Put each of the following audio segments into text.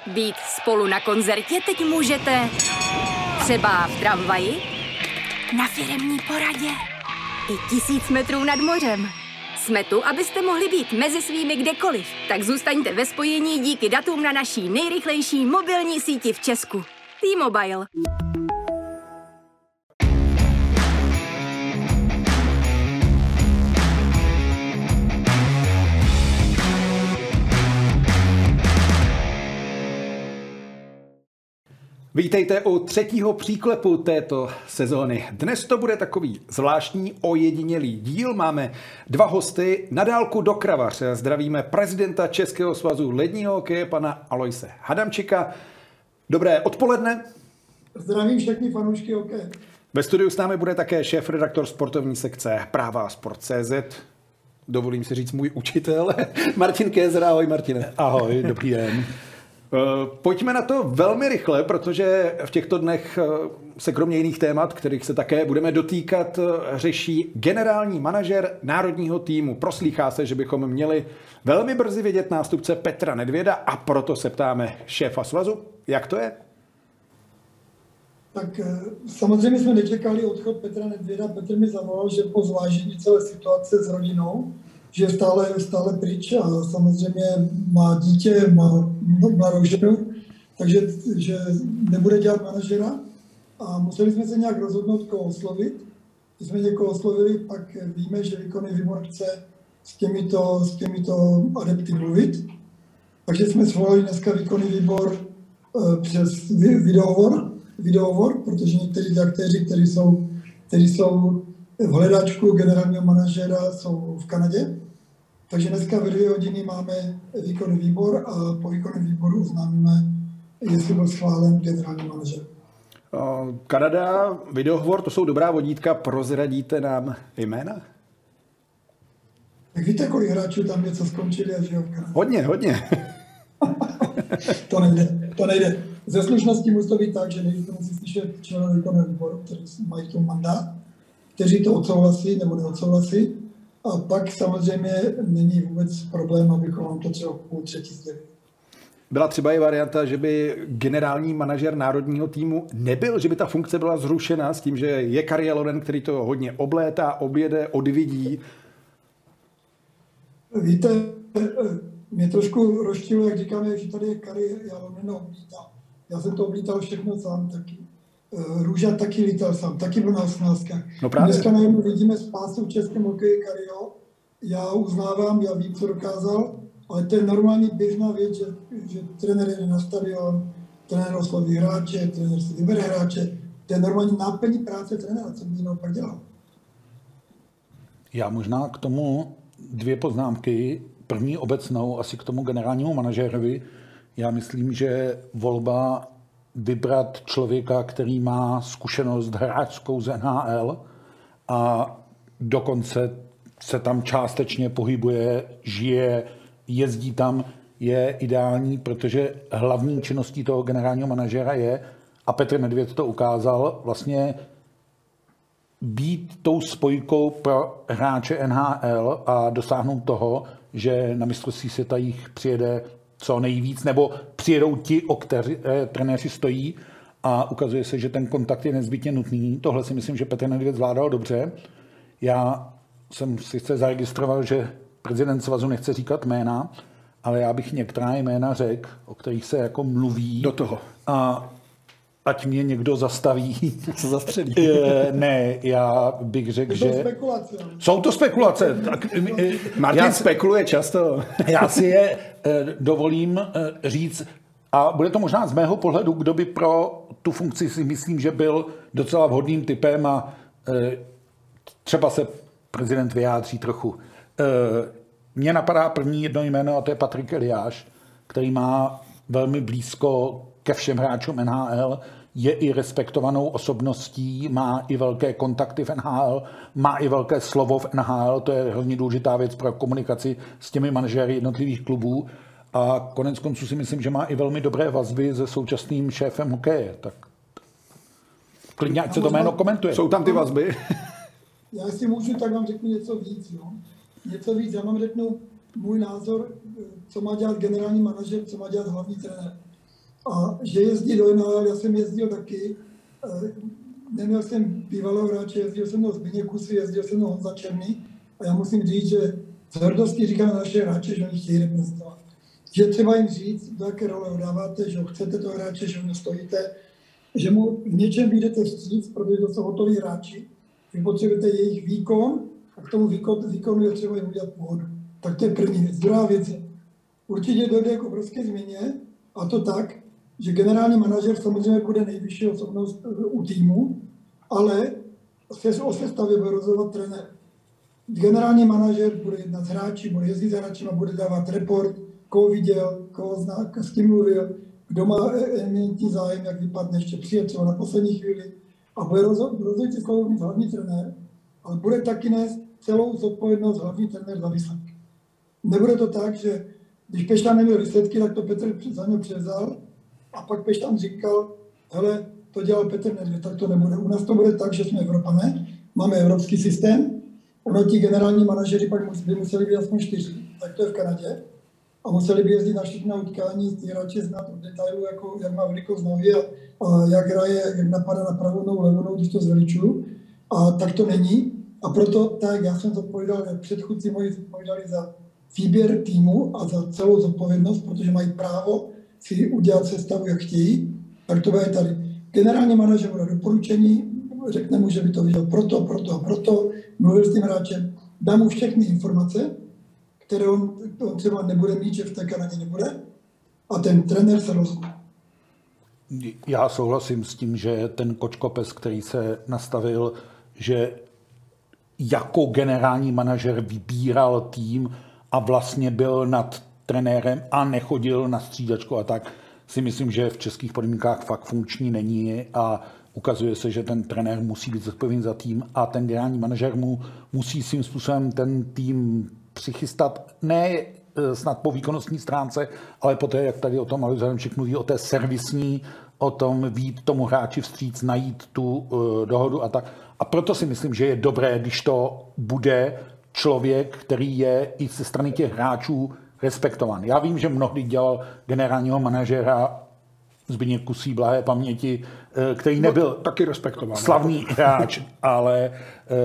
Být spolu na koncertě teď můžete třeba v tramvaji, na firemní poradě i 1000 metrů nad mořem. Jsme tu, abyste mohli být mezi svými kdekoliv. Tak zůstaňte ve spojení díky datům na naší nejrychlejší mobilní síti v Česku. T-Mobile. Vítejte u třetího příklepu této sezóny. Dnes to bude takový zvláštní ojedinělý díl. Máme dva hosty na dálku do Kravař. Zdravíme prezidenta Českého svazu ledního hokeje, pana Aloise Hadamčika. Dobré odpoledne. Zdravím všechny fanoušky hokeje. Ve studiu s námi bude také šéf-redaktor sportovní sekce Práva a Sport.cz. Dovolím si říct můj učitel, Martin Kézer. Ahoj, Martine. Ahoj, dobrý den. Pojďme na to velmi rychle, protože v těchto dnech se kromě jiných témat, kterých se také budeme dotýkat, řeší generální manažer národního týmu. Proslýchá se, že bychom měli velmi brzy vědět nástupce Petra Nedvěda a proto se ptáme šéfa svazu, jak to je? Tak samozřejmě jsme nečekali odchod Petra Nedvěda. Petr mi zavolal, že po zvážení celé situace s rodinou, že je stále pryč a samozřejmě má dítě, má ženu, takže že nebude dělat manažera a museli jsme se nějak rozhodnout, koho oslovit. Když jsme někoho oslovili, pak víme, že výkonný výbor chce s těmito adepty mluvit. Takže jsme svolali dneska výkonný výbor přes videohovor, protože někteří aktéři, kteří jsou v hledáčku generálního manažera, jsou v Kanadě. Takže dneska ve 2 hodiny máme výkonný výbor a po výkonném výboru oznámíme, jestli byl schválen generální manažer. Kanada, videohovor, to jsou dobrá vodítka. Prozradíte nám jména? Tak víte, kolik hráčů tam je, co skončili a žijou v Kanadě? Hodně. To nejde. Ze slušnosti musí to být tak, že nejdřív to musí slyšet členové výkonného výboru, kteří mají k tomu mandát, kteří to odsouhlasí nebo neodsouhlasí. A pak samozřejmě není vůbec problém, abychom vám to třeba půl třetí sdělili. Byla třeba i varianta, že by generální manažer národního týmu nebyl, že by ta funkce byla zrušena s tím, že je Kari Jalonen, který to hodně oblétá, objede, odvidí. Víte, mě trošku rozčiluje, jak říkáme, že tady je Kari Jalonen oblítá. Já jsem to oblítal všechno sám taky. Růža taky lítal sám, taky byl na 18. No právě. Dneska najednou vidíme spásu v českém hokeji Kariho. Já uznávám, já vím, co dokázal, ale to je normální běžná věc, že trenér jde na stadion, trenér osloví hráče, trenér si vybere hráče. To je normální náplní práce trenéra, co by jinou pak dělal. Já možná k tomu 2 poznámky. První obecnou, asi k tomu generálnímu manažérovi. Já myslím, že volba vybrat člověka, který má zkušenost hráčskou z NHL a dokonce se tam částečně pohybuje, žije, jezdí tam, je ideální, protože hlavní činností toho generálního manažera je, a Petr Nedvěd to ukázal, vlastně být tou spojkou pro hráče NHL a dosáhnout toho, že na mistrovství světa jich přijede co nejvíc, nebo přijedou ti, o které trenéři stojí a ukazuje se, že ten kontakt je nezbytně nutný. Tohle si myslím, že Petr Nedvěd zvládal dobře. Já jsem sice zaregistroval, že prezident svazu nechce říkat jména, ale já bych některá jména řekl, o kterých se jako mluví. Do toho. A ať mě někdo zastaví. Co zastřelí? Ne, já bych řekl, že... Spekulace. Jsou to spekulace. Martin spekuluje často. Já si je dovolím říct, a bude to možná z mého pohledu, kdo by pro tu funkci si myslím, že byl docela vhodným typem a třeba se prezident vyjádří trochu. Mně napadá první jedno jméno a to je Patrik Eliáš, který má velmi blízko ke všem hráčům NHL, je i respektovanou osobností, má i velké kontakty v NHL, má i velké slovo v NHL, to je hrozně důležitá věc pro komunikaci s těmi manažéry jednotlivých klubů. A konec konců si myslím, že má i velmi dobré vazby se současným šéfem hokeje. Tak klidně, ať se to jméno komentuje. Jsou tam ty vazby? Já si můžu, tak vám řeknu něco víc. Jo? Něco víc, já vám řeknu můj názor, co má dělat generální manažer, co má dělat hlavní trenér. A že jezdí do NHL, já jsem jezdil taky, neměl jsem bývalého hráče, jezdil jsem do Zbigněk Kusy, jezdil jsem do Honza Černý a já musím říct, že z hrdosti říkám na naše hráče, že oni chtějí reprezentovat. Že třeba jim říct, do jaké role ho dáváte, že ho chcete toho hráče, že ho stojíte, že mu v něčem vyjdete vstříc, protože to jsou hotoví hráči, vy potřebujete jejich výkon a k tomu výkonu je třeba jim udělat pohodu. Tak to je první věc. Druhá věc je, určitě dojde k obrovské změně a to tak, že generální manažer samozřejmě bude nejvyšší osobnost u týmu, ale o sestavě bude rozhodovat trenér. Generální manažer bude jednat s hráči, bude jezdit s hráči a bude dávat report, koho viděl, koho zná, s kým mluvil, kdo má eminentní zájem, jak vypadne, ještě přijet třeba na poslední chvíli a bude rozhodit slovo mít hlavní trenér, ale bude taky nést celou zodpovědnost hlavní trenér za výsledky. Nebude to tak, že když Pešťan neměl výsledky, tak to Petr za něj převzal a pak Pešťan říkal, hele, to dělal Petr Nedvěd, tak to nebude. U nás to bude tak, že jsme Evropané, máme evropský systém, ono ti generální manažeři pak by museli být aspoň 4, tak to je v Kanadě, a museli by jezdit na všechna utkání, ty hráče znát od detailu, jako jak má velikost nohy a jak hraje, jak napadá na pravou nohu, levou nohu, když to zveličuju. A tak to není. A proto tak já jsem zodpovídal, jak předchůdci moji zodpovídali za výběr týmu a za celou zodpovědnost, protože mají právo si udělat sestavu, jak chtějí. Tak to bude tady. Generální manažer bude doporučení, řekne mu, že by to viděl proto, mluvil s tím hráčem, dá mu všechny informace, které on třeba nebude mít, že v té Kanadě nebude, a ten trenér se rozhodne. Já souhlasím s tím, že ten kočkopes, který se nastavil, že jako generální manažer vybíral tým a vlastně byl nad trenérem a nechodil na střídačku a tak, si myslím, že v českých podmínkách fakt funkční není a ukazuje se, že ten trenér musí být zodpovědný za tým a ten generální manažer mu musí svým způsobem ten tým přichystat, ne snad po výkonnostní stránce, ale poté, jak tady o tom Alois Adamčík mluví, o té servisní, o tom vít tomu hráči vstříc, najít tu dohodu a tak. A proto si myslím, že je dobré, když to bude člověk, který je i ze strany těch hráčů respektován. Já vím, že mnohdy dělal generálního manažera Zbigněk Kusý, blahé paměti, který nebyl taky respektován. Slavný hráč, ale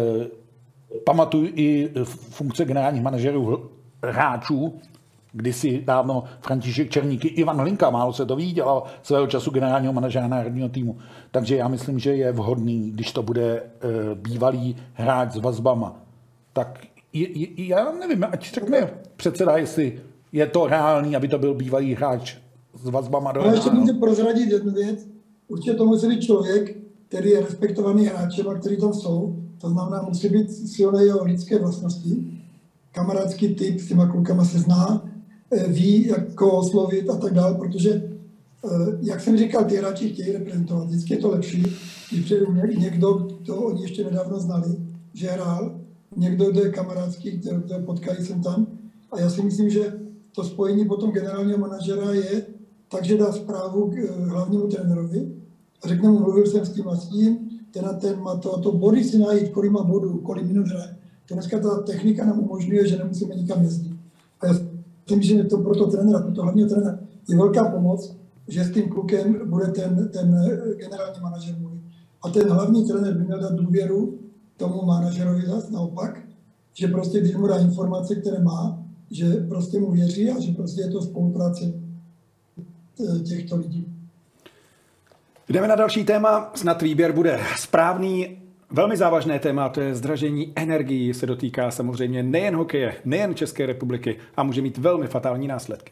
pamatuju i funkce generálních manažerů hráčů, kdysi dávno František Černíky, Ivan Hlinka, málo se to ví, dělal svého času generálního manažera národního týmu. Takže já myslím, že je vhodný, když to bude bývalý hráč s vazbama. Tak já nevím, ať řekne předseda, jestli je to reálný, aby to byl bývalý hráč s vazbama do... Ale ještě můžu prozradit jednu věc. Určitě to musí být člověk, který je respektovaný hráčem a který tam jsou. To znamená, musí být silné jeho lidské vlastnosti. Kamarádský typ, s těma klukama se zná, ví, jak koho oslovit a tak dále, protože, jak jsem říkal, ty hráči chtějí reprezentovat. Vždycky je to lepší, když přijde někdo, kdo oni ještě nedávno znali, že hrál, někdo, kdo je kamarádský, kdo potkají sem tam. A já si myslím, že to spojení potom generálního manažera je tak, že dá zprávu k hlavnímu trenérovi a řekne mu, mluvil jsem s tím a s tím, ten má to body si najít, kolik má bodů, kolik minut hraje. To dneska ta technika nám umožňuje, že nemusíme nikam jezdit. A já si myslím, že to pro toho trenéra, pro toho hlavního trenéra je velká pomoc, že s tím klukem bude ten generální manažer mluvit. A ten hlavní trenér by měl dát důvěru tomu manažerovi zase naopak, že prostě když mu dá informace, které má, že prostě mu věří a že prostě je to spolupráce těchto lidí. Jdeme na další téma. Snad výběr bude správný. Velmi závažné téma, to je zdražení energií, se dotýká samozřejmě nejen hokeje, nejen České republiky a může mít velmi fatální následky.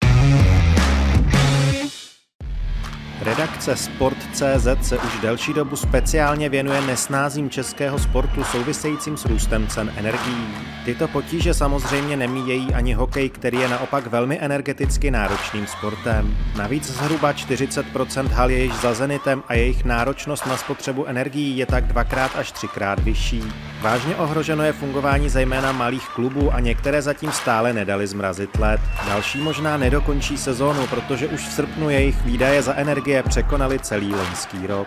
Redakce Sport.cz se už delší dobu speciálně věnuje nesnázím českého sportu souvisejícím s růstem cen energií. Tyto potíže samozřejmě nemíjejí ani hokej, který je naopak velmi energeticky náročným sportem. Navíc zhruba 40% hal je již za zenitem a jejich náročnost na spotřebu energií je tak 2x až 3x vyšší. Vážně ohroženo je fungování zejména malých klubů a některé zatím stále nedali zmrazit led. Další možná nedokončí sezónu, protože už v srpnu jejich výdaje za energie překonali celý loňský rok.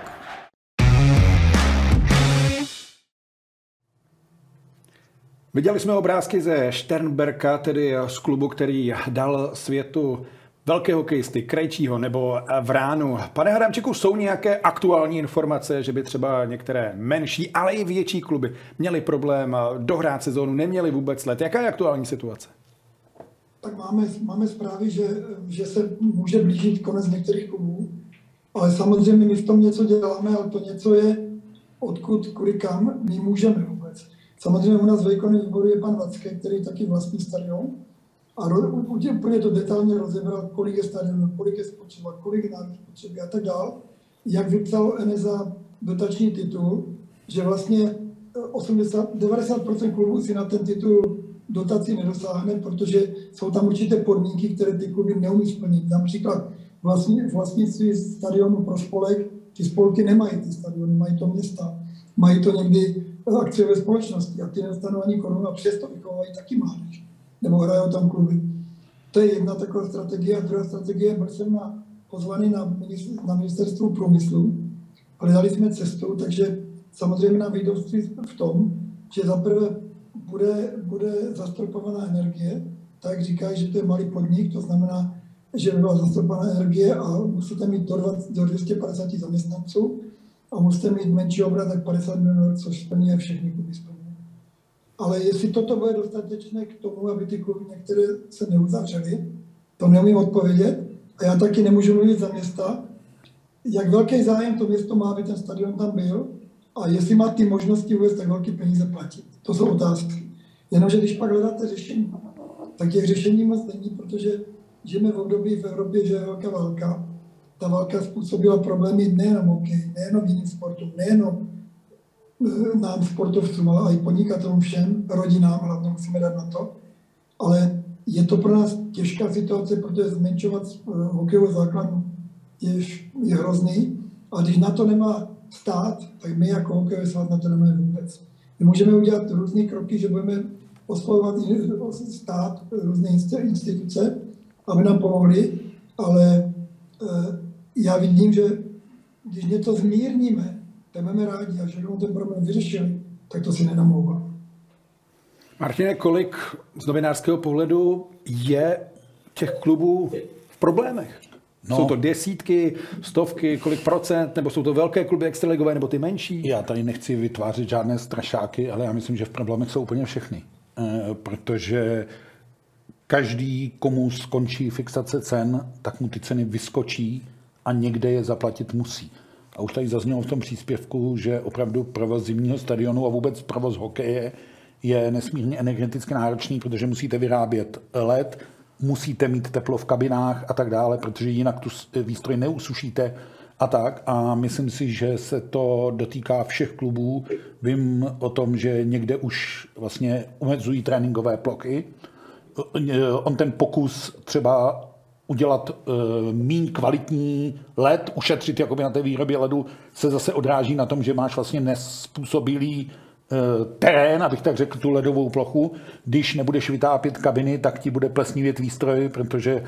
Viděli jsme obrázky ze Sternberka, tedy z klubu, který dal světu velké hokejisty, Krejčího nebo Vránu. Pane Hadamčíku, jsou nějaké aktuální informace, že by třeba některé menší, ale i větší kluby měly problém dohrát sezónu, neměly vůbec let? Jaká je aktuální situace? Tak máme zprávy, že se může blížit konec některých klubů, ale samozřejmě my v tom něco děláme, ale to něco je odkud, kudy kam my můžeme vůbec. Samozřejmě u nás v výkonném výboru je pan Vacké, který taky vlastní stadion a úplně to detailně rozebral, kolik je stadionů, kolik je spotřeba, kolik národní potřeby a tak dál. Jak vypsal NSA dotační titul, že vlastně 90% klubů si na ten titul dotací nedosáhne, protože jsou tam určité podmínky, které ty kluby neumí splnit. Například vlastnictví stadionu pro spolek, ty spolky nemají ty stadiony, mají to města, mají to někdy akciové společnosti a ty nedostanou ani korunu a přesto vychovají taky mládež, nebo hrajou tam kluby. To je jedna taková strategie a druhá strategie, byl jsem pozvaný na ministerstvu průmyslu, ale dali jsme cestu, takže samozřejmě nám výdovství v tom, že zaprvé bude zastropovaná energie, tak říkají, že to je malý podnik, to znamená, že by byla zastropovaná energie a musíte mít do 250 zaměstnanců a musíte mít menší obrat, tak 50 milionů, což splní všechny kluby splní. Ale jestli toto bude dostatečné k tomu, aby ty kluby některé se neuzavřely, to neumím odpovědět a já taky nemůžu mluvit za města, jak velký zájem to město má, aby ten stadion tam byl a jestli má ty možnosti vůbec tak velké peníze platit. To jsou otázky. Jenomže když pak hledáte řešení, tak těch řešení moc není, protože žijeme v období v Evropě, že je velká válka. Ta válka způsobila problémy nejenom hokej, nejenom jiným sportům, nejenom nám sportovcům, ale i podnikatelům všem, rodinám, hlavně musíme dát na to. Ale je to pro nás těžká situace, protože zmenšovat hokejovou základnu je hrozný. A když na to nemá stát, tak my jako hokejový svaz na to nemáme vůbec. My můžeme udělat různé kroky, že budeme oslovovat stát, různé instituce, aby nám pomohli, ale já vidím, že když něco zmírníme, tak budeme rádi a že bychom ten problém vyřešili, tak to si nenamlouvá. Martine, kolik z novinářského pohledu je těch klubů v problémech? No. Jsou to desítky, stovky, kolik procent, nebo jsou to velké kluby extraligové, nebo ty menší? Já tady nechci vytvářet žádné strašáky, ale já myslím, že v problémech jsou úplně všechny. Protože každý, komu skončí fixace cen, tak mu ty ceny vyskočí a někde je zaplatit musí. A už tady zaznělo v tom příspěvku, že opravdu provoz zimního stadionu a vůbec provoz hokeje je nesmírně energeticky náročný, protože musíte vyrábět led, musíte mít teplo v kabinách a tak dále, protože jinak tu výstroj neusušíte a tak. A myslím si, že se to dotýká všech klubů. Vím o tom, že někde už vlastně omezují tréninkové plochy. On ten pokus třeba udělat míň kvalitní led, ušetřit jakoby na té výrobě ledu, se zase odráží na tom, že máš vlastně nespůsobilý terén, abych tak řekl, tu ledovou plochu. Když nebudeš vytápět kabiny, tak ti bude plesnivět výstroj, protože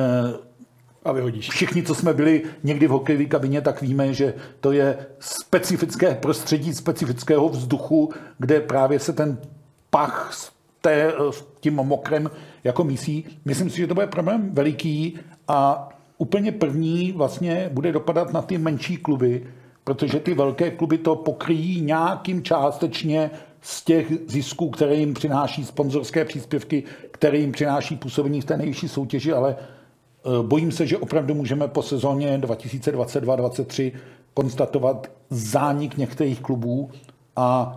a vyhodíš. Všichni, co jsme byli někdy v hokejové kabině, tak víme, že to je specifické prostředí, specifického vzduchu, kde právě se ten pach s tím mokrem jako mísí. Myslím si, že to bude problém veliký a úplně první vlastně bude dopadat na ty menší kluby, protože ty velké kluby to pokryjí nějakým částečně z těch zisků, které jim přináší sponzorské příspěvky, které jim přináší působení v té nejvyšší soutěži, ale bojím se, že opravdu můžeme po sezóně 2022-2023 konstatovat zánik některých klubů a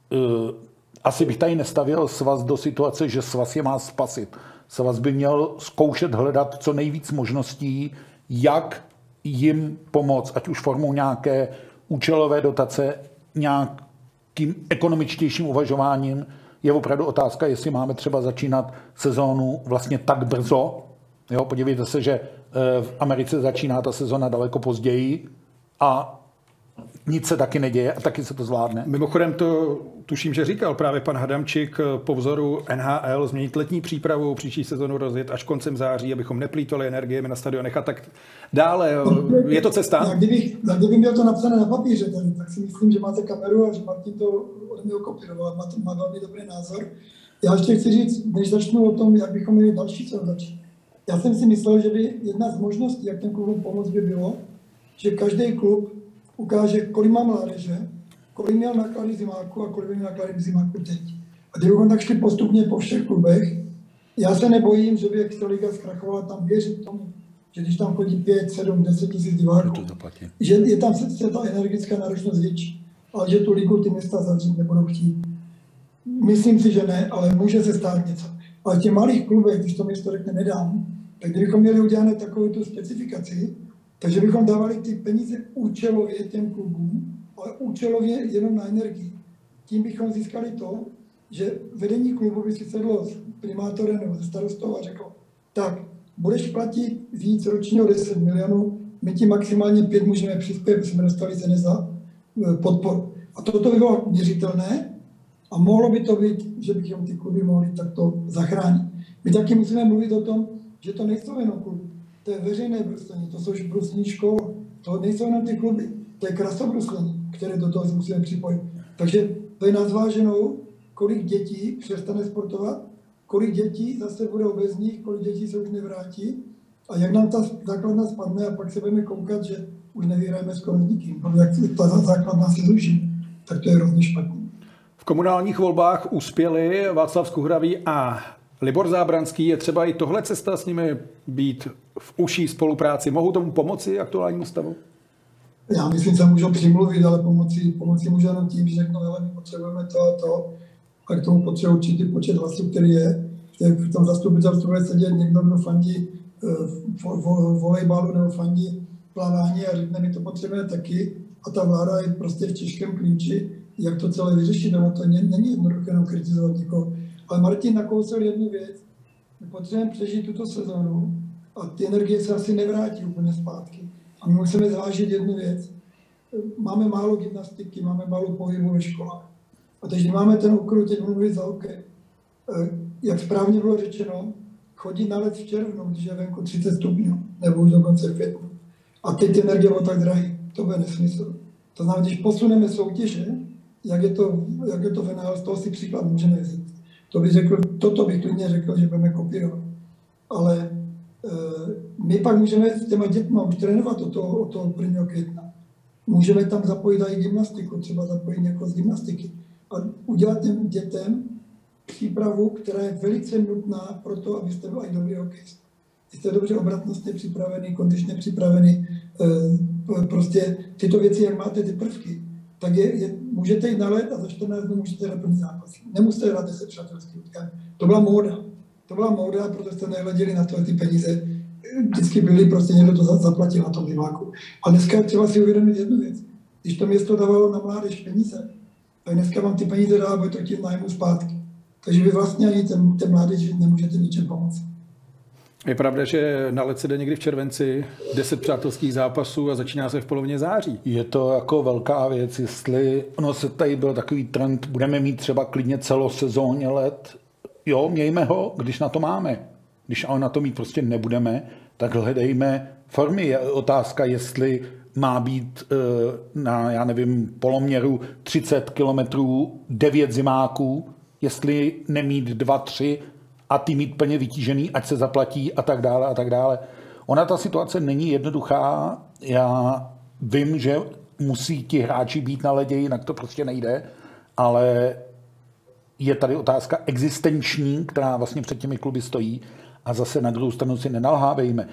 asi bych tady nestavěl svaz do situace, že svaz je má spasit. Svaz by měl zkoušet hledat co nejvíc možností, jak jim pomoct, ať už formou nějaké účelové dotace, nějakým ekonomičtějším uvažováním. Je opravdu otázka, jestli máme třeba začínat sezónu vlastně tak brzo. Jo, podívejte se, že v Americe začíná ta sezóna daleko později a nic se taky neděje a taky se to zvládne. Mimochodem to tuším, že říkal právě pan Hadamčík po vzoru NHL změnit letní přípravu, příští sezonu rozjet až koncem září, abychom neplýtvali energiemi na stadionech a tak dále. Je to cesta? Kdyby měl to napsané na papíře, tak si myslím, že máte kameru a že Martin to ode mě kopíroval. Má velmi dobrý názor. Já ještě chci říct, než začnu o tom, jak bychom měli další co začít. Já jsem si myslel, že by jedna z možností, jak těm klubům pomoct, by bylo, že každý klub ukáže, kolik má mládeže, kolik měl náklady zimáku a kolik měl náklady zimáku teď. A kdybychom tak šli postupně po všech klubech, já se nebojím, že by Extraliga zkrachovala, tam věřit tomu, že když tam chodí 5, 7, 10 tisíc diváků, že je tam se ta energická náročnost větší, ale že tu ligu ty města zavřít nebudou chtít. Myslím si, že ne, ale může se stát něco. Ale v těch malých klubech, když to město řekne nedám, tak kdybychom měli udělat takovou tu specifikaci, takže bychom dávali ty peníze účelově těm klubům, ale účelově jenom na energii. Tím bychom získali to, že vedení klubu by si sedlo s primátorem nebo se starostou a řeklo, tak, budeš platit víc ročního 10 milionů, my ti maximálně 5 můžeme přispět, aby jsme dostali ceny za podporu. A toto by bylo měřitelné a mohlo by to být, že bychom ty kluby mohli takto zachránit. My taky musíme mluvit o tom, že to nejsou jenom kluby, to je veřejné bruslení, to jsou bruslení škol, to nejsou jenom ty kluby, to je krasobruslení, které do toho musíme připojit. Takže to je na zváženou, kolik dětí přestane sportovat, kolik dětí zase bude obezních, kolik dětí se už nevrátí a jak nám ta základna spadne a pak se budeme koukat, že už nevyhrajeme skoro s nikým, protože jak ta základna se zruší, tak to je hrozně špatně. V komunálních volbách uspěli Václav Skuhravý a Libor Zábranský. Je třeba i tohle cesta s nimi být v užší spolupráci? Mohou tomu pomoci aktuálnímu stavu? Já myslím, že se můžou přimluvit, ale pomoci může jenom tím, že řeknou, ale my potřebujeme to a to. A k tomu potřebuje určitý počet hlasů, který je. V tom zastupitelstvu bude sedět někdo, kdo fandí volejbalu nebo fandí plavání a řekne, my to potřebujeme taky. A ta vláda je prostě v těžkém klíči, jak to celé vyřešit. No to není jednoduché jenom kritizovat někoho. Ale Martin nakousil jednu věc. My potřebujeme přežít tuto sezonu a ty energie se asi nevrátí úplně zpátky. A my musíme zvážit jednu věc. Máme málo gymnastiky, máme málo pohybu ve školách. A takže máme ten okruh, teď mluvit za hokej. Jak správně bylo řečeno, chodit na led v červnu, když je venku 30 stupňů, nebo už dokonce v květnu. A teď ty energie bylo tak drahé. To bude nesmysl. To znamená, když posuneme soutěže, jak je to v NHL, z toho si příklad můžeme vzít. Toto bych klidně řekl, že budeme kopírovat. Ale my pak můžeme s těma dětma už trénovat od toho 1. května. Můžeme tam zapojit i gymnastiku, třeba zapojit někoho z gymnastiky. A udělat těm dětem přípravu, která je velice nutná pro to, abyste byli dobrý hokejist. Jste dobře obratnostně připravený, kondičně připravený, prostě tyto věci, jak máte ty prvky, tak můžete jít na led a za 14 dnů můžete hrát první zápas. Nemusíte hrát 10 přátelských utkání. To byla móda, protože jste nehleděli na to, ty peníze vždycky byly, prostě někdo to zaplatil na tom diváku. A dneska je třeba si uvědomit jednu věc. Když to město dávalo na mládež peníze, tak dneska vám ty peníze dává, bude to chtít nájmu zpátky. Takže vy vlastně ani ten mládež nemůžete ničem pomoct. Je pravda, že na led se jde někdy v červenci 10 přátelských zápasů a začíná se v polovině září. Je to jako velká věc, jestli se tady byl takový trend, budeme mít třeba klidně celosezónně led. Jo, mějme ho, když na to máme. Když ale na to mít prostě nebudeme, tak hledejme formy. Je otázka, jestli má být na, já nevím, poloměru 30 kilometrů 9 zimáků, jestli nemít 2, 3 a ty mít plně vytížený, ať se zaplatí a tak dále a tak dále. Ona ta situace není jednoduchá. Já vím, že musí ti hráči být na ledě, jinak to prostě nejde, ale je tady otázka existenční, která vlastně před těmi kluby stojí a zase na druhou stranu si nenalhávejme.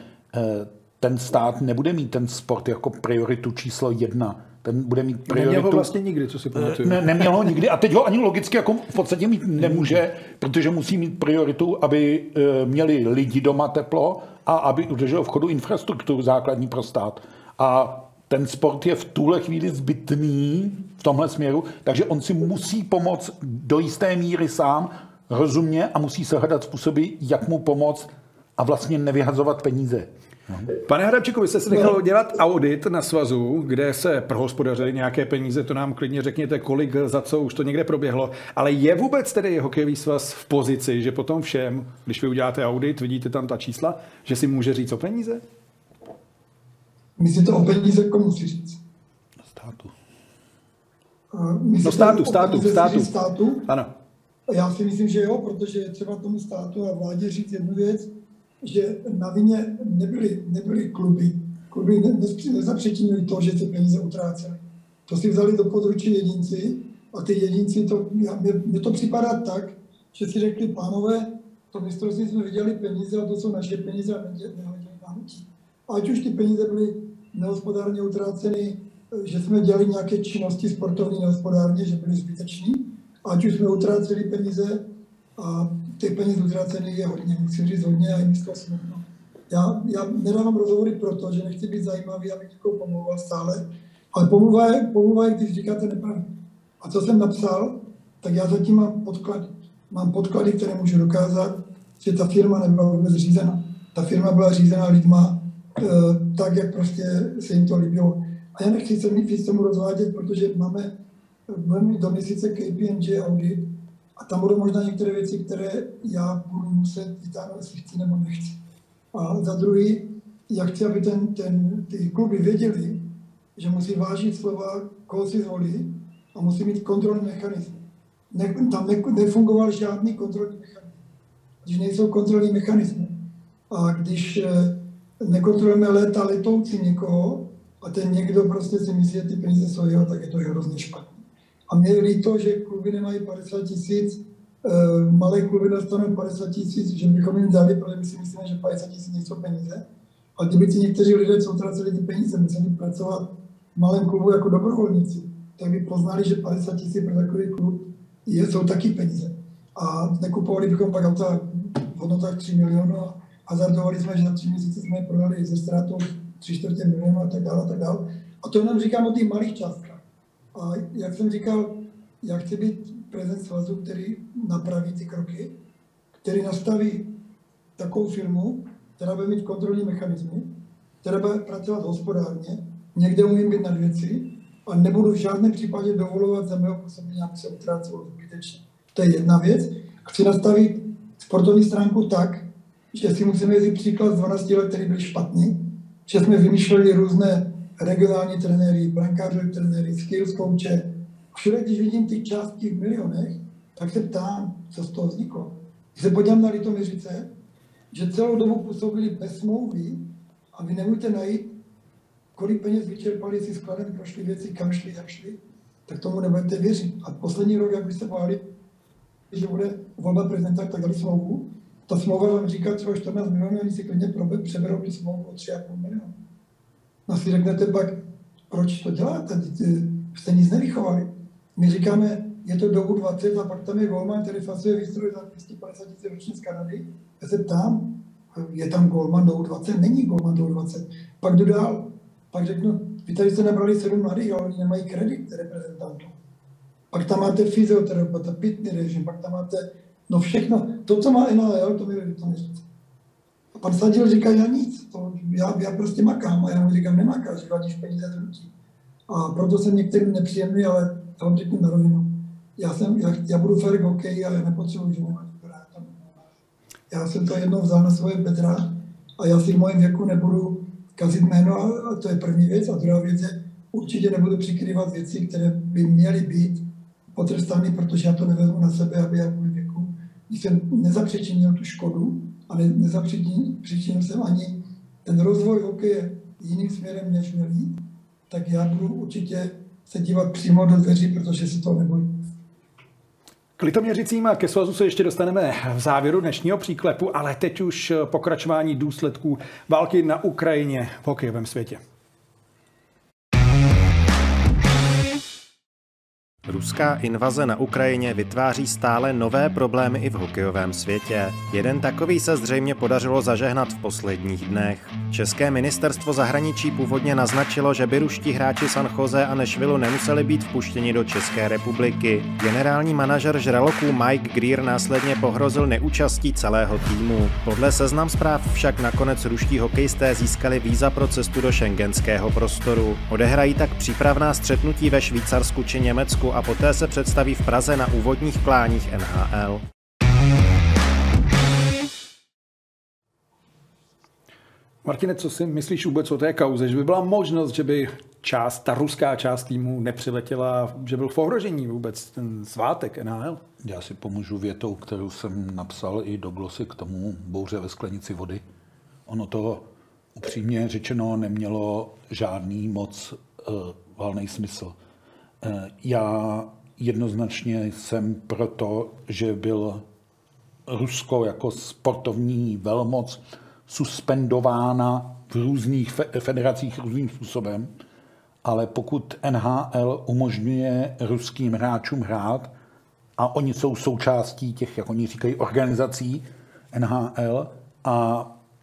Ten stát nebude mít ten sport jako prioritu číslo 1. Ten bude mít prioritu... Neměl ho vlastně nikdy, co si pamatuju. Neměl ho nikdy a teď ho ani logicky jako v podstatě mít nemůže, protože musí mít prioritu, aby měli lidi doma teplo a aby udržel v chodu infrastrukturu základní pro stát. A ten sport je v tuhle chvíli zbytný v tomhle směru, takže on si musí pomoct do jisté míry sám, rozumně a musí se hledat způsoby, jak mu pomoct a vlastně nevyhazovat peníze. Pane Hrabčíku, vy jste si nechal dělat audit na svazu, kde se prohospodařily nějaké peníze, to nám klidně řekněte, kolik, za co, už to někde proběhlo, ale je vůbec tedy hokejový svaz v pozici, že potom všem, když vy uděláte audit, vidíte tam ta čísla, že si může říct o peníze? Myslíte o peníze, komu si říct? Státu. Státu? Ano. Já si myslím, že jo, protože je třeba tomu státu a vládě říct jednu věc. že na vině nebyly kluby. Kluby nezapříčinili to, že se peníze utrácely. To si vzali do područí jedinci a ty jedinci, mně to připadá tak, že si řekli, pánové, to mistrovství jsme viděli peníze a to jsou naše peníze a nehleděli na hnutí. Ať už ty peníze byly nehospodárně utráceny, že jsme dělali nějaké činnosti sportovní nehospodárně, že byly zbytečný, ať už jsme utráceli peníze a těch peněz utrácených je hodně, musím říct hodně a jim z toho smutno. Já nedávám rozhovory proto, že nechci být zajímavý, abych někoho pomlouval stále, ale pomluva je, když říkáte nepravdu. A co jsem napsal, tak já zatím mám podklady. Mám podklady, které můžu dokázat, že ta firma nebyla vůbec řízena. Ta firma byla řízena lidma tak, jak prostě se jim to líbilo. A já nechci se víc tomu rozvádět, protože budeme mít do měsíce KPMG audit a tam budou možná některé věci, které já budu muset vytáhnout, jestli chci nebo nechci. A za druhý, já chci, aby ty kluby věděli, že musí vážit slova, koho si zvolí a musí mít kontrolní mechanismy. Tam nefungoval žádný kontrolní mechanismus. Když nejsou kontrolní mechanismy a když nekontrolujeme léta letoucí někoho a ten někdo prostě si myslí, že ty peníze jsou jeho, tak je to hrozně špatné. A mě je líto, že kluby nemají 50 000, malé kluby dostanou 50 000, že bychom jim dali, protože my si myslíme, že 50 000 nejsou peníze. A kdyby si někteří lidé, co utráceli ty peníze, museli pracovat v malém klubu jako dobrovolníci, tak by poznali, že 50 000 pro takový klub jsou taky peníze. A nekupovali bychom pak auta v hodnotách 3 milionů a hazardovali jsme, že za 3 měsíce jsme je prodali ze ztrátou 3/4 milionu a tak dále, a tak dále. A to nám říkám o těch malých částkách. A jak jsem říkal, já chci být prezident svazu, který napraví ty kroky, který nastaví takovou firmu, která bude mít kontrolní mechanismy, která bude pracovat hospodárně, někde umím být nad věci a nebudu v žádném případě dovolovat za mého působení, aby se utrácelo zbytečně. To je jedna věc. Chci nastavit sportovní stránku tak, že si musíme vzít příklad z 12 let, který byl špatný, že jsme vymýšleli různé regionální trenéry, brankářové trenéry, skills coache. Všude, když vidím ty částky v milionech, tak se ptám, co z toho vzniklo. Když se podívám na Litoměřice, že celou dobu působili bez smlouvy a vy nemůžete najít, kolik peněz vyčerpali, si skladem prošli věci, kam šli, jak šli, tak tomu nebudete věřit. A poslední rok, jak byste báli, že bude volba prezidenta, tak dali smlouvu. Ta smlouva vám říká třeba 14 milionů, oni si klidně přeberou tu smlouvu o 3,5 milionu. No si řeknete pak, proč to děláte? Jste nic nevychovali. My říkáme, je to do U20 a pak tam je golman, který fasuje výstroj za 250 000 ročně z Kanady. Já se ptám, je tam golman do U20? Není golman do U20. Pak jdu dál. Pak řeknu, vy tady jste nabrali 7 mladých, ale oni nemají kredit reprezentantů. Pak tam máte fyzioterapeuta, pitný režim, pak tam máte, no všechno. To, co má NLL, to mi říct. A pan Sadil říká, já nic, já prostě makám. A já mu říkám, nemakáš, vadíš peníze zrutí. A proto jsem některým nepříjemný, ale já vám řeknu na rovinu. Já budu fair hokej a já nepotřebuji, že nemá nikdo rád. Já jsem to jednou vzal na svoje bedra a já si v mém věku nebudu kazit jméno a to je první věc. A druhá věc je, určitě nebudu přikrývat věci, které by měly být potrestány, protože já to nevezmu na sebe, aby já v mém věku, když jsem nezapříčinil tu škodu a nezapříčinil jsem ani ten rozvoj hokeje jiným směrem, než měl jít, tak já budu určitě se dívat přímo do dveří, protože se toho nebojím. K Litoměřicím a ke svazu se ještě dostaneme v závěru dnešního příklepu, ale teď už pokračování důsledků války na Ukrajině v hokejovém světě. Ruská invaze na Ukrajině vytváří stále nové problémy i v hokejovém světě. Jeden takový se zřejmě podařilo zažehnat v posledních dnech. České ministerstvo zahraničí původně naznačilo, že by ruští hráči San Jose a Nashville nemuseli být vpuštěni do České republiky. Generální manažer žraloků Mike Grier následně pohrozil neúčastí celého týmu. Podle Seznam Zpráv však nakonec ruští hokejisté získali víza pro cestu do schengenského prostoru. Odehrají tak přípravná střetnutí ve Švýcarsku či Německu a poté se představí v Praze na úvodních kláních NHL. Martine, co si myslíš vůbec o té kauze, že by byla možnost, že by ta ruská část týmu nepřiletěla, že byl v ohrožení vůbec ten svátek NHL? Já si pomůžu větou, kterou jsem napsal i do glosy k tomu bouře ve sklenici vody. Ono to upřímně řečeno nemělo žádný moc valný smysl. Já jednoznačně jsem proto, že byl Rusko jako sportovní velmoc suspendována v různých federacích různým způsobem, ale pokud NHL umožňuje ruským hráčům hrát a oni jsou součástí těch, jak oni říkají, organizací NHL a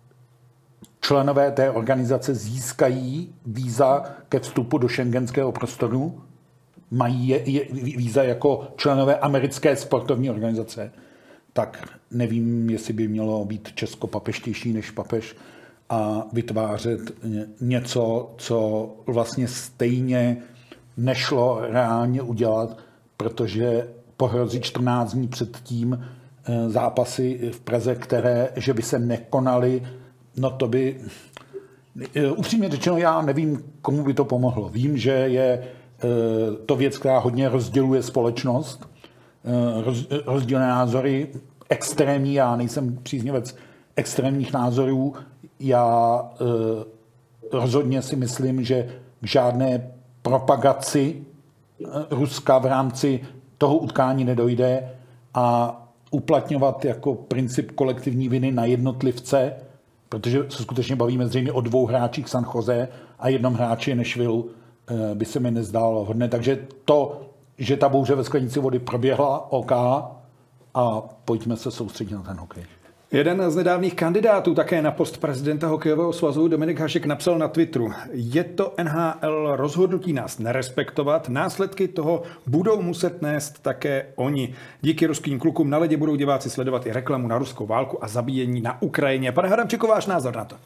členové té organizace získají víza ke vstupu do schengenského prostoru, mají víza jako členové americké sportovní organizace, tak nevím, jestli by mělo být Česko papežtější než papež a vytvářet něco, co vlastně stejně nešlo reálně udělat, protože pohrozí 14 dní předtím zápasy v Praze, že by se nekonaly, no to by, upřímně řečeno, já nevím, komu by to pomohlo. Vím, že je to věc, která hodně rozděluje společnost, rozdílné názory, extrémní, já nejsem příznivec extrémních názorů, já rozhodně si myslím, že k žádné propagaci Ruska v rámci toho utkání nedojde a uplatňovat jako princip kolektivní viny na jednotlivce, protože se skutečně bavíme zřejmě o 2 hráčích San Jose a jednom hráči Nashville, by se mi nezdálo hodné. Takže to, že ta bouře ve sklenici vody proběhla, OK, a pojďme se soustředit na ten hokej. Jeden z nedávných kandidátů také na post prezidenta hokejového svazu, Dominik Hašek, napsal na Twitteru: je to NHL rozhodnutí nás nerespektovat, následky toho budou muset nést také oni. Díky ruským klukům na ledě budou diváci sledovat i reklamu na ruskou válku a zabíjení na Ukrajině. Pane Hadamčíku, váš názor na to?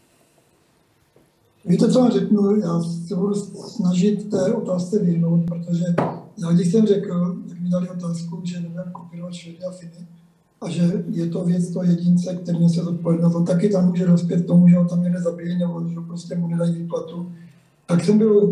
Víte, co vám řeknu? Já se budu snažit té otázce vyhnout, protože já když jsem řekl, tak mi dali otázku, že nebudeme kopírovat Švédy a Finy a že je to věc toho jedince, který nese zodpovědnost. On taky tam může dospět k tomu, že ho tam někde zabije nebo že prostě mu nedají výplatu. Tak jsem byl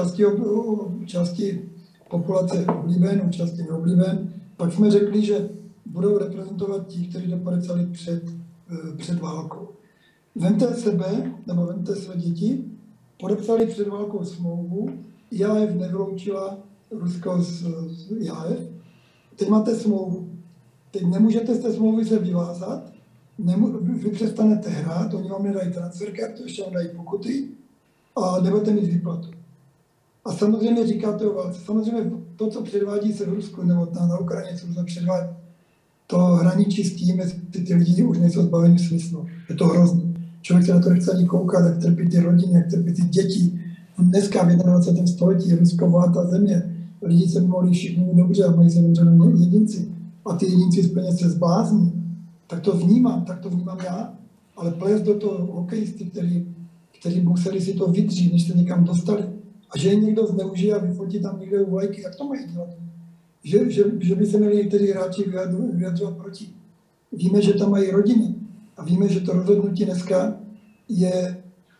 části populace oblíben, části neoblíben. Pak jsme řekli, že budou reprezentovat ti, kteří to podepsali před válkou. Vemte sebe, nebo vemte své děti, podepsali před válkou smlouvu, IAF nevyloučila Rusko z IAF, teď máte smlouvu. Teď nemůžete z té smlouvy se vyvázat, vy přestanete hrát, oni vám nedají transfer kartu, ještě vám dají pokuty a nebudete mít výplatu. A samozřejmě říkáte o válce. Samozřejmě to, co předvádí se v Rusku nebo na Ukrajině, co se předvádí, to hraničí s tím, jestli ty lidi už nejsou zbaveni smyslu. Je to hrozný. Člověk se na to nechce ani koukat, jak trpí ty rodiny, jak trpí ty děti. Dneska v 21. století je Rusko bohatá země. Lidi se mohli všichni dobře a mají se dobře jedinci. A ty jedinci z peněz se zblázní. Tak to vnímám já. Ale plést do toho hokejisty, kteří museli si to vydřít, než se někam dostali. A že je někdo zneužije a vyfotí tam někde u vlajky, jak to mají dělat? Že by se měli někteří hráči vyjadřovat proti. Víme, že tam mají rodiny. A víme, že to rozhodnutí dneska je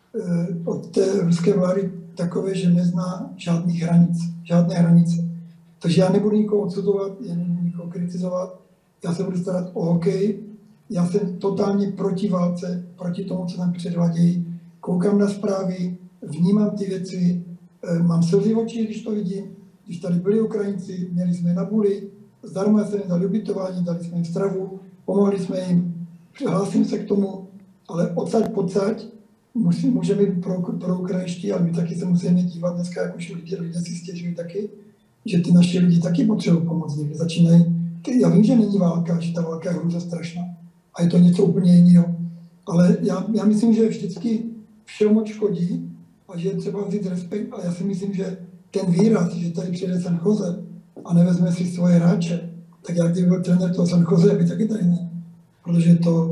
od té ruské vlády takové, že nezná žádné hranice. Takže já nebudu nikoho odsuzovat, já nebudu nikoho kritizovat, já se budu starat o hokej, já jsem totálně proti válce, proti tomu, co nám předvádějí, koukám na zprávy, vnímám ty věci, mám slzy v očích, když to vidím, když tady byli Ukrajinci, měli jsme na buli, zdarma jsme jim dali ubytování, dali jsme jim stravu, pomohli jsme jim, přihlásím se k tomu, ale odsaď pocať můžeme být pro ukrajinští, ale my taky se musíme dívat dneska, jak už lidé si stěžují taky, že ty naši lidi taky potřebují pomoc někde. Začínají, já vím, že není válka, že ta válka je hrůza strašná a je to něco úplně jiného, ale já myslím, že vždycky všemu škodí a že je třeba vzít respekt, ale já si myslím, že ten výraz, že tady přijde San Jose a nevezme si svoje hráče, tak já kdyby byl trenér toho San Jose, by taky tady ne. Protože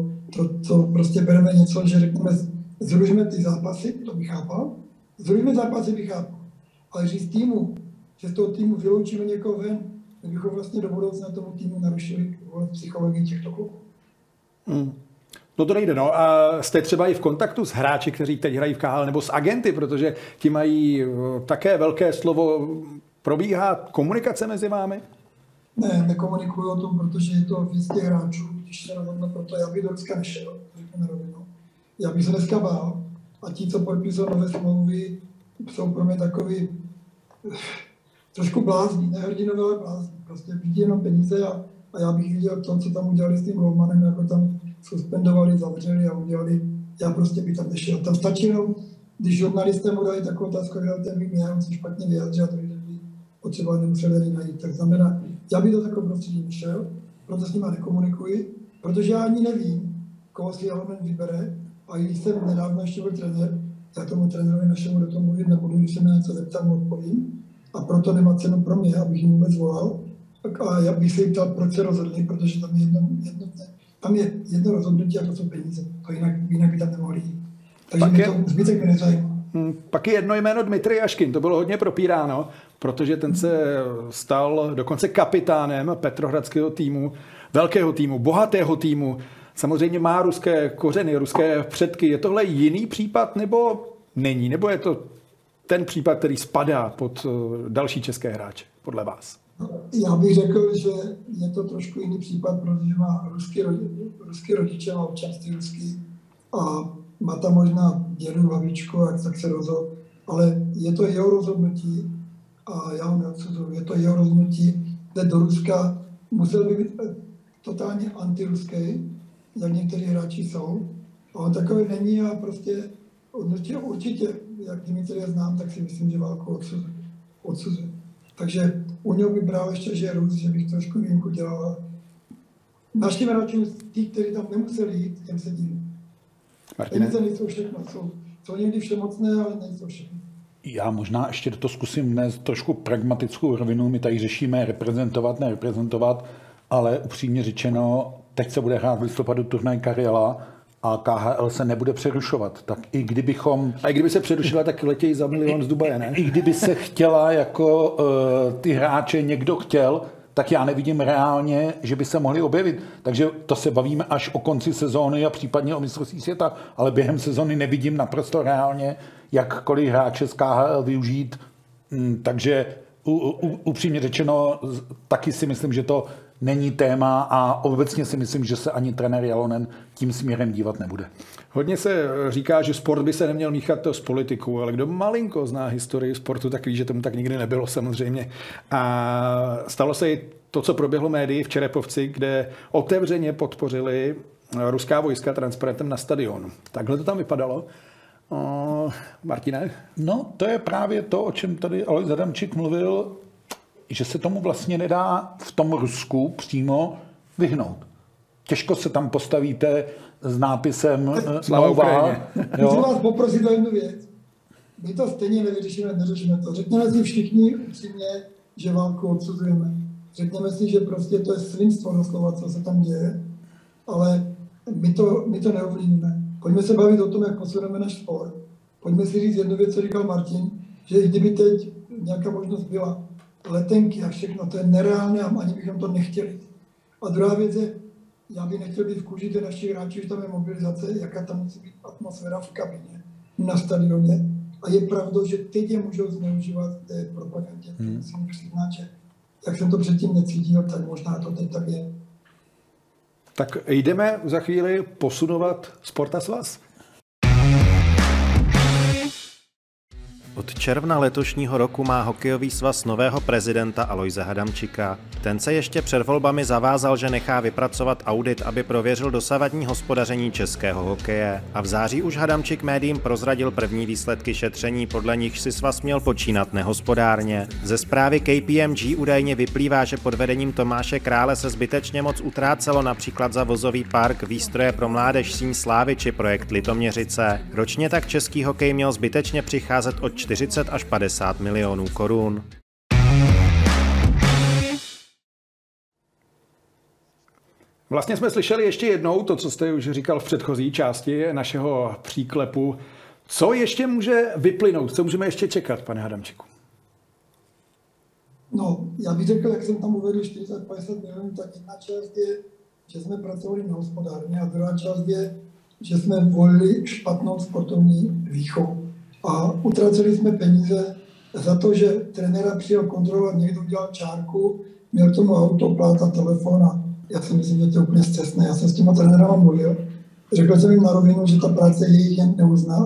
to prostě bereme něco, že řekneme, zrušme ty zápasy, to bych chápal, zrušme zápasy bych chápal, ale říct týmu, že z toho týmu vyloučíme někoho ven, tak bychom vlastně do budoucna tomu týmu narušili psychologii těchto kluků. No to nejde, no. A jste třeba i v kontaktu s hráči, kteří teď hrají v KHL, nebo s agenty, protože ti mají také velké slovo. Probíhá komunikace mezi vámi? Ne, nekomunikuju o tom, protože je to víc těch hráčů, když se rozhodne proto, já bych do Ruska nešel, řekněme rovinu. Já bych se dneska bál a ti, co podpisují nové smlouvy, jsou pro mě takový trošku blázní, ne hrdinové, ale blázní. Prostě vidí jenom peníze a já bych viděl to, co tam udělali s tím Loumanem, jako tam suspendovali, zavřeli a udělali, já prostě bych tam nešel. Tam stačí jenom, když žurnalisté mu dají takovou otázku, že ten by měl, on se špatně vyjádřil a to by potřeba nemuseli najít. Tak znamená, já bych do takového prostředí nešel, proto s nima nekomunikuji, protože já ani nevím, koho si Jalonen vybere. A když jsem nedávno ještě byl trenér, já tomu trenérovi našemu do toho mluvit nebudu, když se mě něco zeptám, mu odpovím. A proto nemá cenu pro mě, abych jim vůbec volal. A já bych se jim ptal, proč se rozhodli, protože tam je jedno rozhodnutí a to jsou peníze. To jinak by tam nemohli jít. Takže mě to zbytek mě nezajímá. Pak je jedno jméno Dmitrij Jaškin, to bylo hodně propíráno, protože ten se stal dokonce kapitánem petrohradského týmu, velkého týmu, bohatého týmu. Samozřejmě má ruské kořeny, ruské předky. Je tohle jiný případ nebo není? Nebo je to ten případ, který spadá pod další české hráče, podle vás? Já bych řekl, že je to trošku jiný případ, protože má ruský rodiče, má občanství ruský a má tam možná dědu, babičku, tak se rozhodl. Ale je to jeho rozhodnutí a já ho neodsuzuji. Je to jeho rozhodnutí, jde do Ruska, musel by být totálně antiruský, jak někteří hráči jsou. A on takový není a prostě určitě, jak Dmitrije znám, tak si myslím, že válku odsuzuje. Takže u něho bych bral ještě, že je Rus, že bych trošku výjimku dělal. Našim hráčům, tí, kteří tam nemuseli jít, těm se divím. Peníze nejsou všechno, jsou někdy všemocné, ale nejsou všechno. Já možná ještě to zkusím nést trošku pragmatickou rovinu. My tady řešíme reprezentovat, nereprezentovat, ale upřímně řečeno, teď se bude hrát v listopadu turnaj Karjala a KHL se nebude přerušovat. Tak i kdybychom... A i kdyby se přerušila, tak letějí za milion z Dubaje, ne? I kdyby se chtěla, jako ty hráče někdo chtěl, tak já nevidím reálně, že by se mohli objevit. Takže to se bavíme až o konci sezóny a případně o mistrovství světa, ale během sezóny nevidím naprosto reálně, jakkoliv hráče z KHL využít. Takže upřímně řečeno, taky si myslím, že to není téma a obecně si myslím, že se ani trenér Jalonen tím směrem dívat nebude. Hodně se říká, že sport by se neměl míchat s politikou, ale kdo malinko zná historii sportu, tak ví, že tomu tak nikdy nebylo samozřejmě. A stalo se i to, co proběhlo médii v Čerepovci, kde otevřeně podpořili ruská vojska transparentem na stadionu. Takhle to tam vypadalo. Martine? No, to je právě to, o čem tady Alojz Adamčík mluvil, že se tomu vlastně nedá v tom Rusku přímo vyhnout. Těžko se tam postavíte s nápisem Slava Ukrajině. Chci vás poprosit o jednu věc. My to stejně neřešíme to. Řekněme si všichni upřímně, že válku odsuzujeme. Řekněme si, že prostě to je svinstvo doslova, co se tam děje, ale my to neovlivníme. Pojďme se bavit o tom, jak posuneme náš sport. Pojďme si říct jednu věc, co říkal Martin, že i kdyby teď nějaká možnost byla, letenky a všechno, to je nereálné a ani bychom to nechtěli. A druhá věc je, já bych nechtěl být v kůži těch našich hráčů, že tam je mobilizace, jaká tam musí být atmosféra v kabině, na stadioně. A je pravda, že teď je můžou zneužívat té propagandě. Musím přiznat, že jak jsem to předtím necítil, tak možná to teď tak je. Tak jdeme za chvíli posunovat Sport a svaz. Od června letošního roku má hokejový svaz nového prezidenta Alojze Hadamčíka. Ten se ještě před volbami zavázal, že nechá vypracovat audit, aby prověřil dosavadní hospodaření českého hokeje. A v září už Hadamčík médiím prozradil první výsledky šetření, podle nich si svaz měl počínat nehospodárně. Ze zprávy KPMG údajně vyplývá, že pod vedením Tomáše Krále se zbytečně moc utrácelo například za vozový park, výstroje pro mládež Síň slávy či projekt Litoměřice. Ročně tak český hokej měl zbytečně přicházet od 40 až 50 milionů korun. Vlastně jsme slyšeli ještě jednou to, co jste už říkal v předchozí části našeho příklepu. Co ještě může vyplynout? Co můžeme ještě čekat, pane Hadamčíku? No, já bych řekl, jak jsem tam uvedl 40-50 milionů, tak jedna část je, že jsme pracovali nehospodárně a druhá část je, že jsme volili špatnou sportovní výchovu. A utraceli jsme peníze za to, že trenéra přijel kontrolovat, někdo udělal čárku, měl k tomu auto, plát a telefon a já si myslím, že to je úplně scestné. Já jsem s těma trenérama mluvil. Řekl jsem jim na rovinu, že ta práce jejich je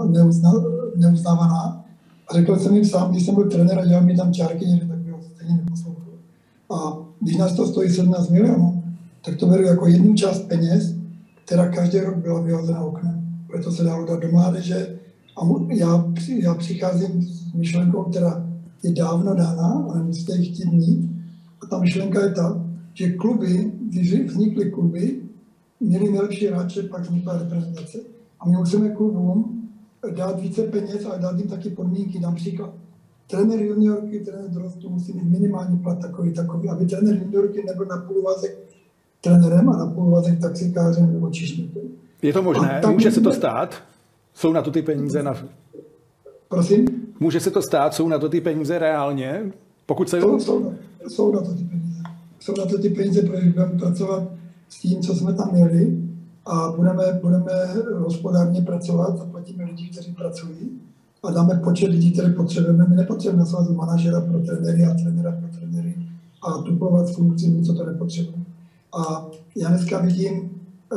neuznávaná. A řekl jsem jim sám, když jsem byl trenér a dělal mi tam čárky, že tak bylo stejně neposlouchal. A když nás to stojí 17 milionů, tak to beru jako jednu část peněz, která každý rok byla vyhozena oknem. Proto se dalo dát do mládeže. A já přicházím s myšlenkou, která je dávno dána, ale musíte ji chtít mít. A ta myšlenka je ta, že kluby, když vznikly kluby, měli nejlepší hráče, pak vznikla reprezentace. A my musíme klubům dát více peněz, ale dát jim taky podmínky. Například trenér juniorky, trenér dorostu musí mít minimální plat takový, aby trenér juniorky nebyl na půl úvazek trenérem a na půl úvazek taxikářem nebo číšníkem. Je to možné? Může se to stát? Jsou na to ty peníze? Prosím? Může se to stát? Jsou na to ty peníze reálně? Pokud se... Jsou na to ty peníze. Jsou na to ty peníze, protože budeme pracovat s tím, co jsme tam měli a budeme hospodárně pracovat, zaplatíme lidi, kteří pracují a dáme počet lidí, které potřebujeme. My nepotřebujeme nasazovat manažera pro trenéry a trenéra pro trenéry a duplovat funkci, my co to nepotřebujeme. A já dneska vidím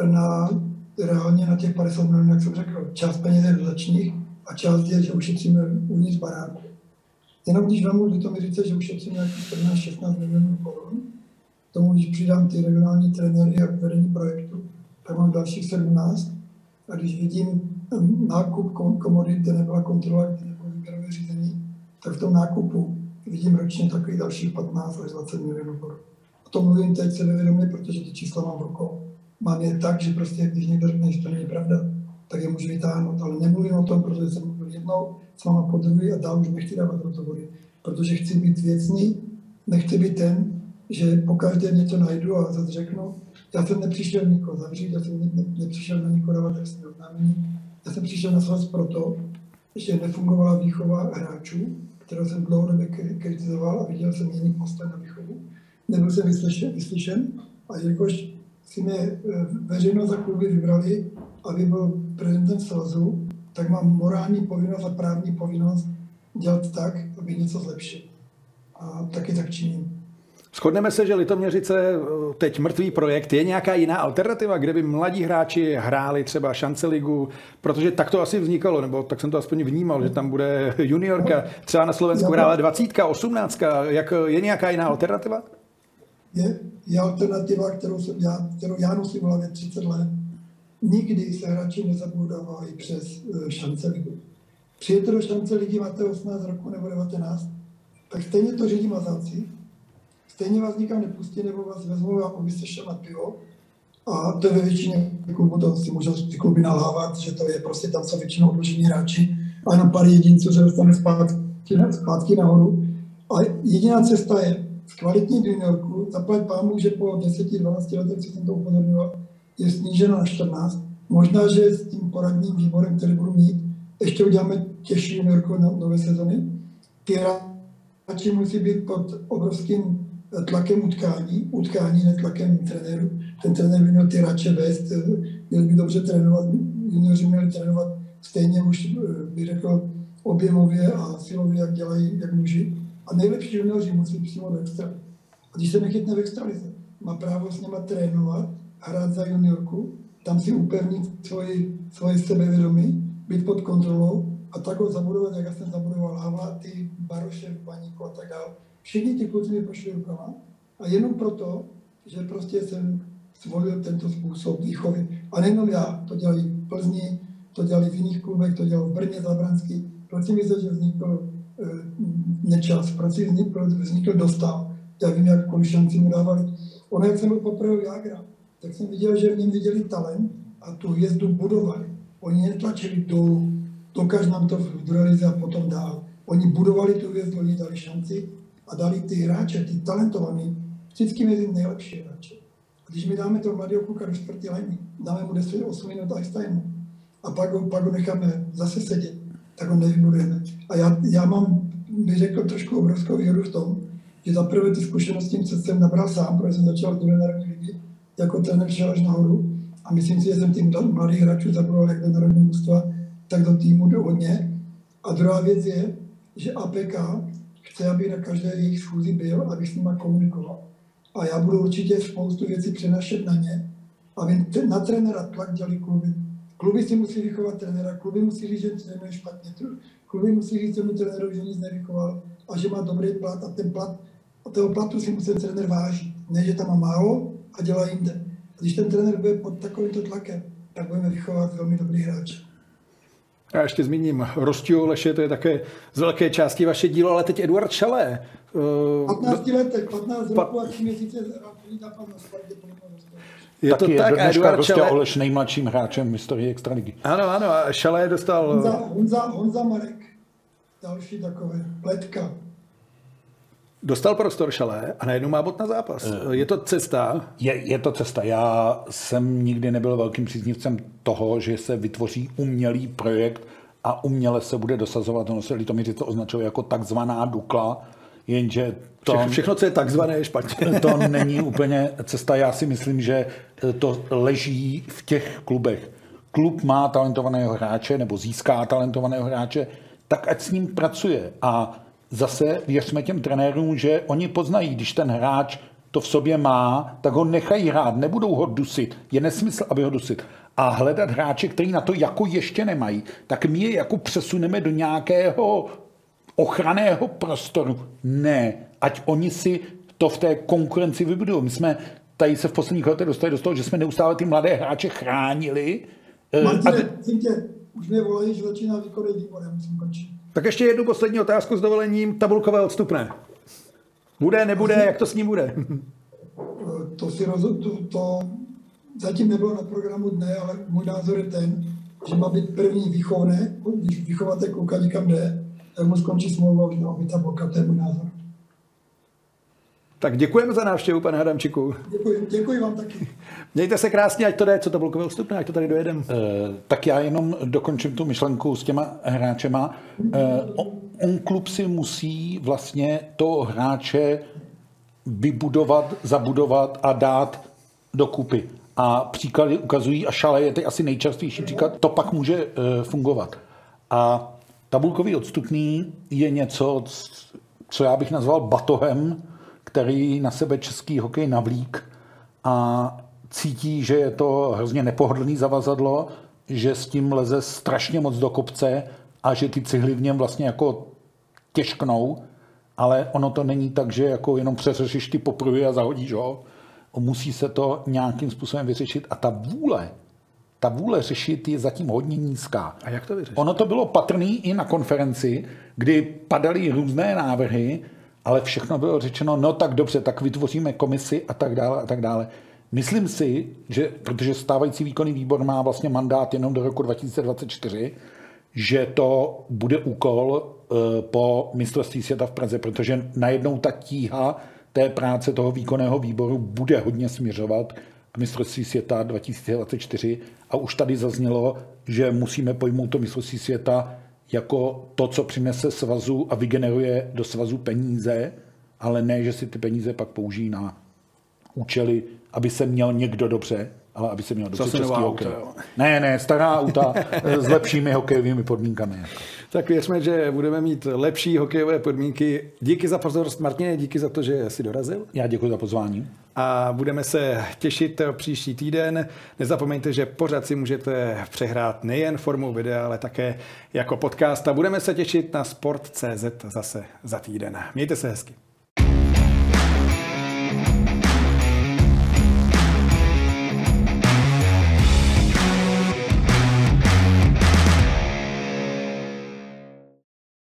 reálně na těch 50 milionů, jak jsem řekl, část peněz je dotačních a část je, že ušetříme uvnitř baráku. Jenom když vám to mi říct, že ušetříme nějakých 14-16 milionů korun, tomu, když přidám ty regionální trenéry a vedení projektu, tak mám dalších 17. A když vidím nákup komodit, kde nebyla kontrola, kde nebylo výběrové řízení, tak v tom nákupu vidím ročně takových dalších 15 až 20 milionů korun. O tom mluvím teď sebevědomě, protože ty čísla mám v rukou. Mám je tak, že prostě, když někdo řekne, že to není pravda, tak je můžu vytáhnout, ale nemluvím o tom, protože jsem mluvil jednou s váma podruhé a dál už nechci dávat rozhovory, protože chci být věcný, nechci být ten, že pokaždé něco najdu a zase řeknu, já jsem nepřišel nikoho zavřít, já jsem nepřišel na nikoho dávat trestní oznámení, já jsem přišel na svaz proto, že nefungovala výchova hráčů, kterou jsem dlouhodobě kritizoval a viděl jsem jiný postoj na výchovu. Nebyl jsem vyslyšen a jelikož si mě veřejnost a kluby vybrali, aby byl prezidentem svazu, tak mám morální povinnost a právní povinnost dělat tak, aby něco zlepšil. A taky tak činím. Shodneme se, že Litoměřice teď mrtvý projekt. Je nějaká jiná alternativa, kde by mladí hráči hráli třeba šance ligu, protože tak to asi vznikalo, nebo tak jsem to aspoň vnímal, že tam bude juniorka, třeba na Slovensku hrála 20, 18. Je nějaká jiná alternativa? Je alternativa, kterou já nosím v hlavě 30 let. Nikdy se hráči nezabudovávají přes šance ligu. Přijete do šance ligy, máte 18 roku nebo 19, tak stejně to řídí mazáci, stejně vás nikam nepustí, nebo vás vezmou, abyste šel na pivo. A to je ve většině klubů, to si můžou ty kluby nalávat, že to je prostě tam jsou většinou odložení hráči a jenom pár jedinců se dostane zpátky nahoru. A jediná cesta je zkvalitnit juniorku, zaplať pámu, že po 10-12 letech, co jsem to upozorňoval, je snížena na 14. Možná, že s tím poradním výborem, který budu mít, ještě uděláme těžší juniorku na nové sezony. Ty hráči musí být pod obrovským tlakem utkání, ne tlakem trenéru. Ten trenér by měl ty hráče vést, měl by dobře trénovat, junioři měli trénovat stejně už, bych řekl, objemově a silově, jak dělají, jak muži. A nejlepší junioři musí přímo do extraligy. A když se nechytne v extralize, má právo s něma trénovat, hrát za juniorku, tam si upevnit svoje sebevědomí, být pod kontrolou a tak ho zabudovat, jak já jsem zabudoval Havláty, Baroše, Baníku a tak dále. Všichni ti kluci mi pošli rukama a jenom proto, že prostě jsem zvolil tento způsob výchovy. A nejenom já, to dělají v Plzni, to dělali v jiných klubech, to dělal v Brně, Zabranský. Proč si myslím, že vznikl Nečas, proč si vznikl Dostal. Já vím, jakou šanci mu dávali. Ono, jak jsem byl poprvé u Jágra, tak jsem viděl, že v něm viděli talent a tu hvězdu budovali. Oni netlačili dolů, dokáž nám to v druhé lize a potom dál. Oni budovali tu hvězdu, oni dali šanci a dali ty hráče, ty talentovaný, vždycky mezi nejlepší hráče. A když my dáme toho mladého kluka do 4. lajny, dáme mu 10-8 minut ice time a pak ho necháme zase sedět, tak ho nevybudujeme. A já mám, bych řekl, trošku obrovskou výhodu v tom, že zaprvé ty zkušenosti jsem nabral sám, protože jsem začal z druhé národní ligy, jako trenér šel až nahoru. A A myslím si, že jsem tím mladých hráčů zabudoval jak do národního mužstva, tak do týmu hodně. A druhá věc je, že APK chce, aby na každé jejich schůzi byl, aby s nimi komunikoval. A já budu určitě spoustu věcí přenašet na ně, aby na trenéra tlak dělali kluby. Kluby si musí vychovat trenéra, kluby musí říct, že trénuje špatně, kluby musí říct tomu trenérovi, že nic nevychoval a že má dobrý plat a toho platu si musí trenér vážit. Ne, že tam má málo a dělá jinde. A když ten trenér bude pod takovýmto tlakem, tak budeme vychovat velmi dobrý hráč. Já ještě zmíním Rostiu Oleše, to je také z velké části vaše dílo, ale teď Eduard Šalé. 15 letech, 15 roku a 3 měsíce je to tak, a Eduard Rostia Šalé... Oleš nejmladším hráčem v historii extraligy. Ano, a Šalé dostal... Honza Marek, další takové, pletka. Dostal prostor Šalé a najednou má bod na zápas. Je to cesta? Je to cesta. Já jsem nikdy nebyl velkým příznivcem toho, že se vytvoří umělý projekt a uměle se bude dosazovat. Ono se Litoměřice to označuje jako takzvaná Dukla, jenže to... Všechno, co je takzvané, je špatně. To není úplně cesta. Já si myslím, že to leží v těch klubech. Klub má talentovaného hráče nebo získá talentovaného hráče, tak ať s ním pracuje. A zase věřme těm trenérům, že oni poznají, když ten hráč to v sobě má, tak ho nechají hrát, nebudou ho dusit. Je nesmysl, aby ho dusit. A hledat hráče, který na to jako ještě nemají, tak my je jako přesuneme do nějakého ochranného prostoru. Ne, ať oni si to v té konkurenci vybudují. My jsme tady se v posledních letech dostali do toho, že jsme neustále ty mladé hráče chránili. Martine, už mě volají, že začíná výkonný výbor, já musím končit. Tak ještě jednu poslední otázku s dovolením. Tabulkové odstupné. Bude, nebude, jak to s ním bude? To zatím nebylo na programu dne, ale můj názor je ten, že má být první výchovné, když vychováte kluka někam jde, tak mu skončí smlouva, už má být tabulka, to je můj názor. Tak děkujeme za návštěvu, pane Hadamčíku. Děkuji vám taky. Mějte se krásně, ať to jde, co tabulkové odstupné, ať to tady dojedeme. Tak já jenom dokončím tu myšlenku s těma hráčema. On klub si musí vlastně toho hráče vybudovat, zabudovat a dát dokupy. A příklady ukazují, a Šalé je teď asi nejčastější příklad, to pak může fungovat. A tabulkový odstupný je něco, co já bych nazval batohem, který na sebe český hokej navlík a cítí, že je to hrozně nepohodlný zavazadlo, že s tím leze strašně moc do kopce a že ty cihly v něm vlastně jako těžknou, ale ono to není tak, že jako jenom přeřešíš ty popruhy a zahodíš ho. Musí se to nějakým způsobem vyřešit a ta vůle řešit je zatím hodně nízká. A jak to vyřešit? Ono to bylo patrný i na konferenci, kdy padaly různé návrhy, ale všechno bylo řečeno, no tak dobře, tak vytvoříme komisi a tak dále a tak dále. Myslím si, že protože stávající výkonný výbor má vlastně mandát jenom do roku 2024, že to bude úkol po mistrovství světa v Praze, protože najednou ta tíha té práce toho výkonného výboru bude hodně směřovat k mistrovství světa 2024 a už tady zaznělo, že musíme pojmout to mistrovství světa jako to, co přinese svazu a vygeneruje do svazu peníze, ale ne, že si ty peníze pak použijí na účely, aby se měl někdo dobře, ale aby se měl dobře český hokej. Ne, stará auta s lepšími hokejovými podmínkami. Tak věřme, že budeme mít lepší hokejové podmínky. Díky za pozornost, Martine, díky za to, že jsi dorazil. Já děkuji za pozvání. A budeme se těšit příští týden. Nezapomeňte, že pořád si můžete přehrát nejen formou videa, ale také jako podcast. A budeme se těšit na Sport.cz zase za týden. Mějte se hezky.